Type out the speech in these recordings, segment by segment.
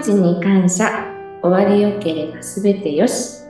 ちに感謝。終わりよければすべてよし。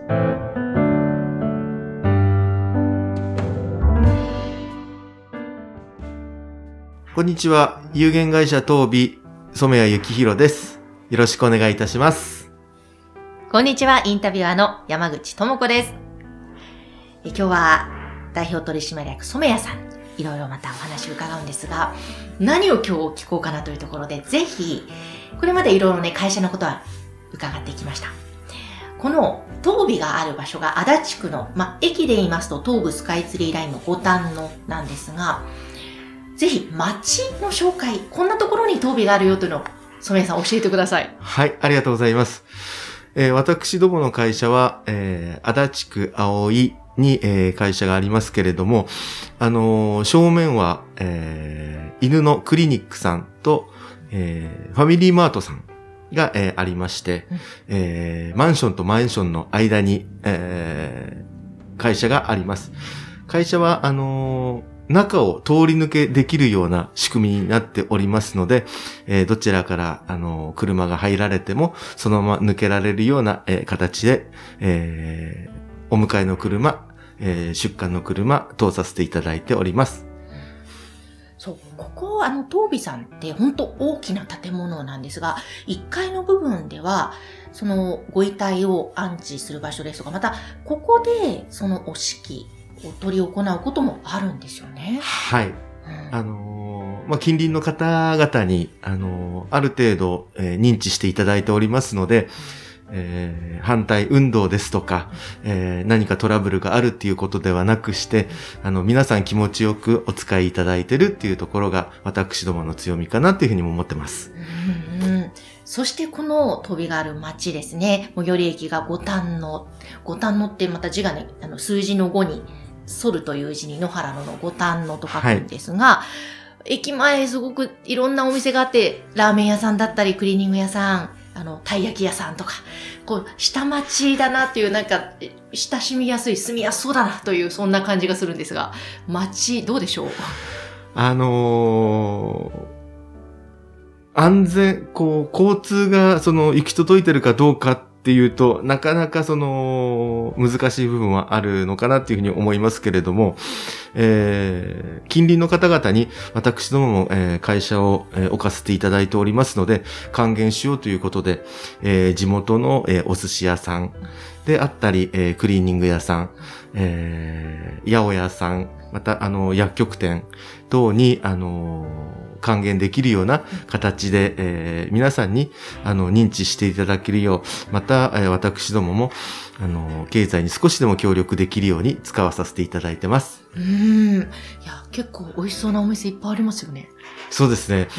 こんにちは。有限会社東美染谷幸宏です。よろしくお願いいたします。 こんにちは。インタビュアーの山口智子です。今日は代表取締役染谷さん、いろいろまたお話を伺うんですが、何を今日聞こうかなというところで、ぜひこれまでいろいろね、会社のことは伺ってきました。この東美がある場所が足立区の、駅で言いますと東武スカイツリーラインの五反野なんですが、ぜひ街の紹介、こんなところに東美があるよというのを染谷さん教えてください。 はい、ありがとうございます。私どもの会社は、足立区葵に、会社がありますけれども、正面は、犬のクリニックさんと、ファミリーマートさんが、ありまして、マンションとマンションの間に、会社があります。会社は、中を通り抜けできるような仕組みになっておりますので、どちらから、車が入られても、そのまま抜けられるような、形で、お迎えの車、出荷の車、通させていただいております。 そう、ここ、東美さんって本当大きな建物なんですが、1階の部分では、そのご遺体を安置する場所ですとか、また、ここで、そのお式、を取り行うこともあるんですよね。 はい。近隣の方々に、ある程度、認知していただいておりますので、反対運動ですとか、何かトラブルがあるっていうことではなくして、皆さん気持ちよくお使いいただいてるっていうところが、私どもの強みかなっていうふうにも思ってます。 そしてこの飛びがある町ですね、最寄り駅が五反野。五反野ってまた字がね、数字の5に、反るという字に野原の五反野と書くんですが、駅前すごくいろんなお店があって、ラーメン屋さんだったり、クリーニング屋さん、たい焼き屋さんとか、こう、下町だなっていう、なんか、親しみやすい、住みやすそうだなという、そんな感じがするんですが、町、どうでしょう？ 安全、交通が、行き届いてるかどうかっていうと、なかなか難しい部分はあるのかなっていうふうに思いますけれども、近隣の方々に私どもも、会社を、置かせていただいておりますので、還元しようということで、地元の、お寿司屋さんであったり、クリーニング屋さん、八百屋さん、また、薬局店等に、還元できるような形で、皆さんに、認知していただけるよう、また、私どもも、経済に少しでも協力できるように使わさせていただいてます。 いや、結構美味しそうなお店いっぱいありますよね。 そうですね。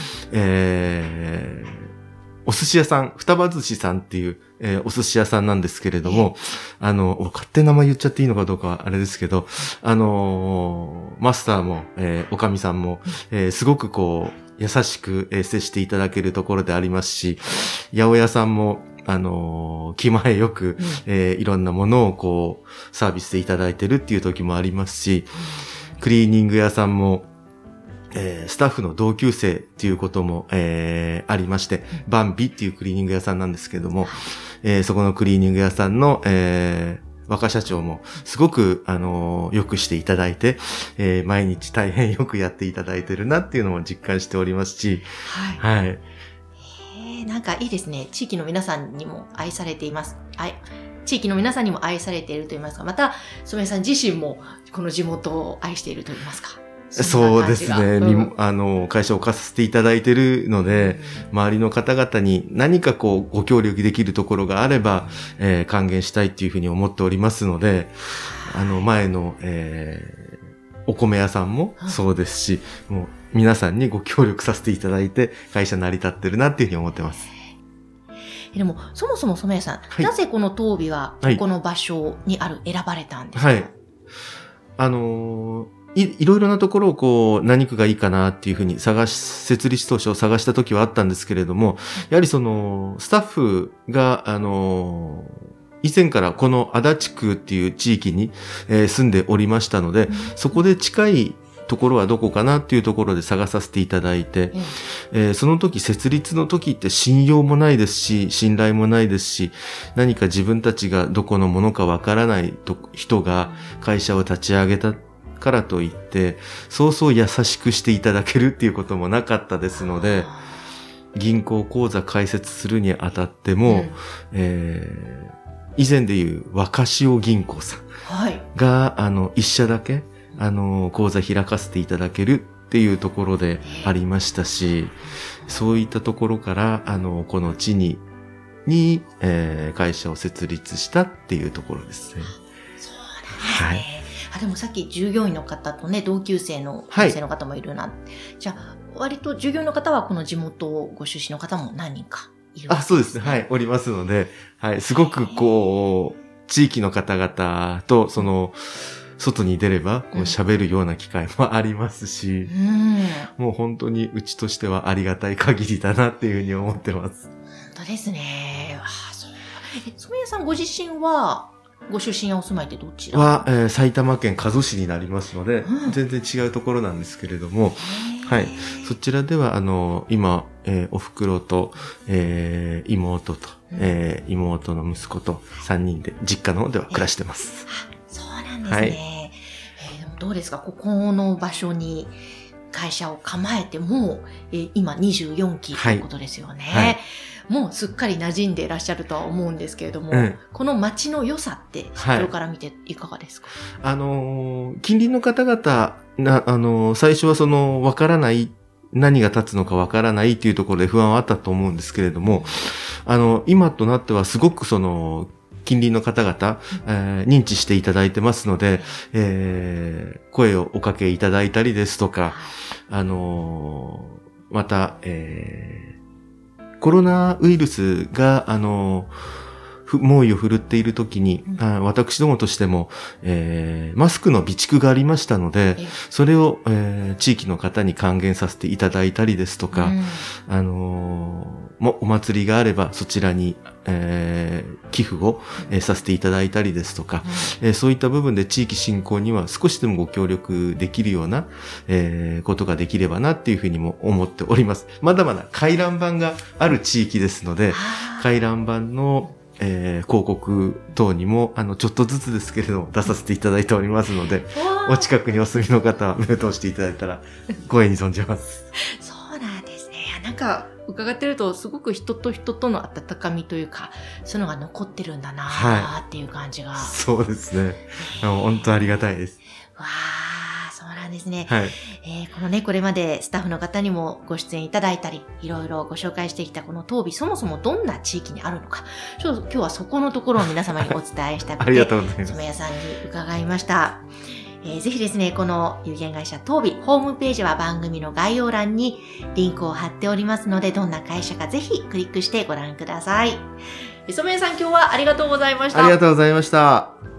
お寿司屋さん、双葉寿司さんっていう、お寿司屋さんなんですけれども、勝手に名前言っちゃっていいのかどうかはあれですけど、マスターも、おかみさんも、すごく優しく、接していただけるところでありますし、八百屋さんも、気前よく、いろんなものをサービスでいただいてるっていう時もありますし、クリーニング屋さんも、スタッフの同級生っていうことも、ありまして、バンビっていうクリーニング屋さんなんですけども、そこのクリーニング屋さんの、若社長もすごく、よくしていただいて、毎日大変よくやっていただいてるなっていうのも実感しておりますし、はい。 なんかいいですね。地域の皆さんにも愛されています。地域の皆さんにも愛されていると言いますか、また、染谷さん自身もこの地元を愛していると言いますか。 そうですね、会社を置かせていただいているので、周りの方々に何かご協力できるところがあれば、還元したいっていうふうに思っておりますので、前の、お米屋さんもそうですし、もう皆さんにご協力させていただいて、会社成り立ってるなっていうふうに思ってます。 でも、そもそも染谷さん、なぜこの東美はここの場所に選ばれたんですか？ いろいろなところを何区がいいかなっていうふうに設立当初探した時はあったんですけれども、やはりスタッフが、以前からこの足立区っていう地域に、住んでおりましたので、そこで近いところはどこかなっていうところで探させていただいて、その時、設立の時って信用もないですし、信頼もないですし、何か自分たちがどこのものかわからない人が会社を立ち上げたからといって、そうそう優しくしていただけるっていうこともなかったですので、銀行口座開設するにあたっても、以前でいう若潮銀行さんが、一社だけ、口座開かせていただけるっていうところでありましたし、そういったところから、この地に、会社を設立したっていうところですね。 そうなんですね。でもさっき従業員の方とね、同級生の先生の方もいるな。じゃあ、割と従業員の方はこの地元ご出身の方も何人かいるわけですね。 そうですね。はい、おりますので、はい、すごく地域の方々と、外に出れば、喋るような機会もありますし、もう本当にうちとしてはありがたい限りだなっていうふうに思ってます。 本当ですね。そう。染谷さんご自身は、ご出身やお住まいってどちらは、埼玉県加須市になりますので、全然違うところなんですけれども、はい。そちらでは、今、お袋と、妹と、妹の息子と3人で、実家の方では暮らしてます。 そうなんですね。どうですか、ここの場所に会社を構えても、今24期ということですよね。もうすっかり馴染んでいらっしゃるとは思うんですけれども、この街の良さって、先ほどから見ていかがですか？ 近隣の方々最初はわからない、何が立つのかわからないっていうところで不安はあったと思うんですけれども、今となってはすごく近隣の方々、認知していただいてますので、声をおかけいただいたりですとか、また、コロナウイルスが、猛威を振るっている時に、私どもとしても、マスクの備蓄がありましたので、それを、地域の方に還元させていただいたりですとか、お祭りがあればそちらに、寄付を、させていただいたりですとか、そういった部分で地域振興には少しでもご協力できるような、ことができればなっていうふうにも思っております。まだまだ回覧板がある地域ですので、回覧板の広告等にも、ちょっとずつですけれども、出させていただいておりますので、お近くにお住みの方は目を通していただいたら、光栄に存じます。 そうなんですね。なんか、伺ってると、すごく人と人との温かみというか、そういうのが残ってるんだなーっていう感じが。 そうですね。本当ありがたいです。 わー、そうなんですね。 はい。 このね、これまでスタッフの方にもご出演いただいたり、いろいろご紹介してきたこの東美、そもそもどんな地域にあるのか、ちょっと今日はそこのところを皆様にお伝えしたくて、 ありがとうございます。 染谷さんに伺いました。ぜひですね、この有限会社東美、ホームページは番組の概要欄にリンクを貼っておりますので、どんな会社かぜひクリックしてご覧ください。染谷さん、今日はありがとうございました。 ありがとうございました。